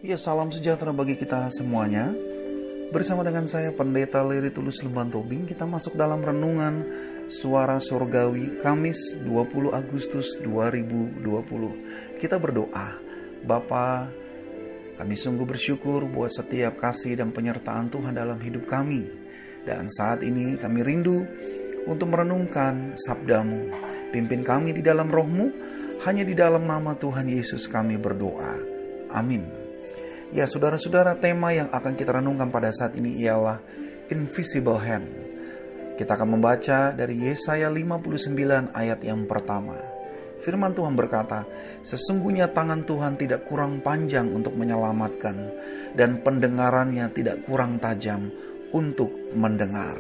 Ya, salam sejahtera bagi kita semuanya. Bersama dengan saya Pendeta Leri Tulus Lemban Tobing, kita masuk dalam renungan Suara Surgawi Kamis 20 Agustus 2020. Kita berdoa, Bapa, kami sungguh bersyukur buat setiap kasih dan penyertaan Tuhan dalam hidup kami. Dan saat ini kami rindu untuk merenungkan sabda-Mu. Pimpin kami di dalam roh-Mu, hanya di dalam nama Tuhan Yesus kami berdoa. Amin. Ya, saudara-saudara, tema yang akan kita renungkan pada saat ini ialah Invisible Hand. Kita akan membaca dari Yesaya 59 ayat yang pertama. Firman Tuhan berkata, "Sesungguhnya tangan Tuhan tidak kurang panjang untuk menyelamatkan, dan pendengarannya tidak kurang tajam untuk mendengar."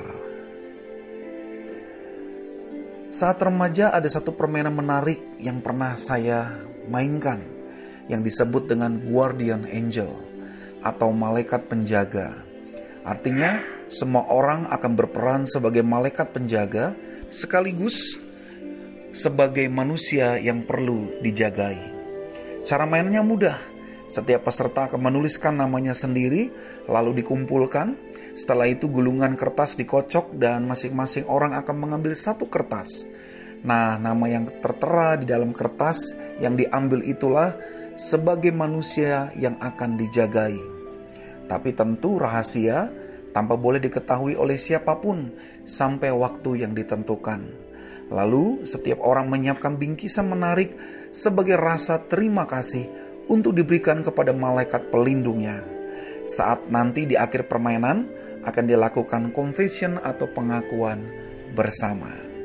Saat remaja ada satu permainan menarik yang pernah saya mainkan, yang disebut dengan Guardian Angel atau malaikat penjaga. Artinya semua orang akan berperan sebagai malaikat penjaga sekaligus sebagai manusia yang perlu dijagai. Cara mainnya mudah. Setiap peserta akan menuliskan namanya sendiri lalu dikumpulkan. Setelah itu gulungan kertas dikocok dan masing-masing orang akan mengambil satu kertas. Nah, nama yang tertera di dalam kertas yang diambil itulah sebagai manusia yang akan dijagai. Tapi tentu rahasia, tanpa boleh diketahui oleh siapapun sampai waktu yang ditentukan. Lalu setiap orang menyiapkan bingkisan menarik sebagai rasa terima kasih untuk diberikan kepada malaikat pelindungnya. Saat nanti di akhir permainan akan dilakukan confession atau pengakuan bersama.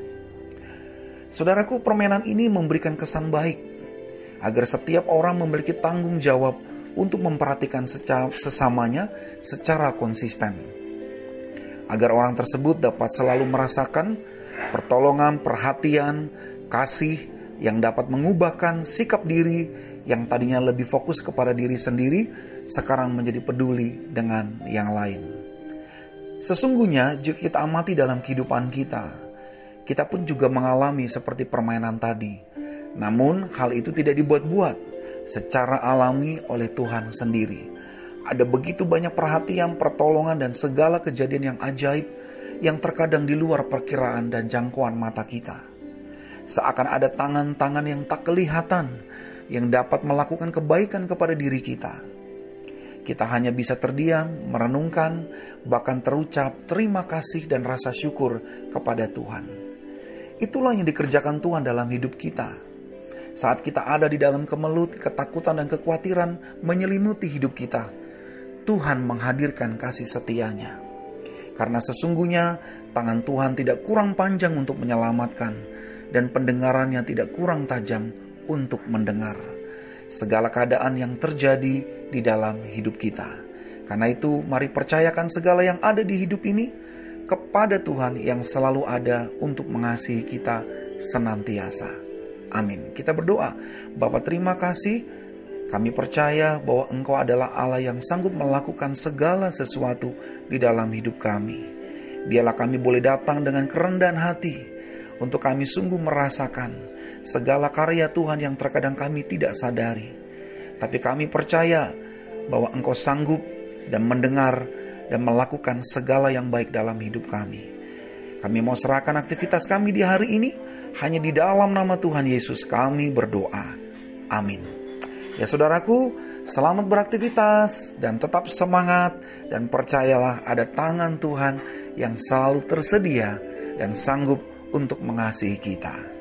Saudaraku, permainan ini memberikan kesan baik agar setiap orang memiliki tanggung jawab untuk memperhatikan sesamanya secara konsisten. Agar orang tersebut dapat selalu merasakan pertolongan, perhatian, kasih yang dapat mengubahkan sikap diri yang tadinya lebih fokus kepada diri sendiri, sekarang menjadi peduli dengan yang lain. Sesungguhnya jika kita amati dalam kehidupan kita pun juga mengalami seperti permainan tadi. Namun hal itu tidak dibuat-buat, secara alami oleh Tuhan sendiri. Ada begitu banyak perhatian, pertolongan, dan segala kejadian yang ajaib yang terkadang di luar perkiraan dan jangkauan mata kita. Seakan ada tangan-tangan yang tak kelihatan yang dapat melakukan kebaikan kepada diri kita. Kita hanya bisa terdiam, merenungkan, bahkan terucap terima kasih dan rasa syukur kepada Tuhan. Itulah yang dikerjakan Tuhan dalam hidup kita. Saat kita ada di dalam kemelut, ketakutan dan kekhawatiran menyelimuti hidup kita, Tuhan menghadirkan kasih setia-Nya. Karena sesungguhnya tangan Tuhan tidak kurang panjang untuk menyelamatkan, dan pendengarannya tidak kurang tajam untuk mendengar segala keadaan yang terjadi di dalam hidup kita. Karena itu mari percayakan segala yang ada di hidup ini kepada Tuhan yang selalu ada untuk mengasihi kita senantiasa. Amin. Kita berdoa, Bapa, terima kasih. Kami percaya bahwa Engkau adalah Allah yang sanggup melakukan segala sesuatu di dalam hidup kami. Biarlah kami boleh datang dengan kerendahan hati untuk kami sungguh merasakan segala karya Tuhan yang terkadang kami tidak sadari. Tapi kami percaya bahwa Engkau sanggup dan mendengar dan melakukan segala yang baik dalam hidup kami. Kami mau serahkan aktivitas kami di hari ini hanya di dalam nama Tuhan Yesus kami berdoa. Amin. Ya saudaraku, selamat beraktivitas dan tetap semangat, dan percayalah ada tangan Tuhan yang selalu tersedia dan sanggup untuk mengasihi kita.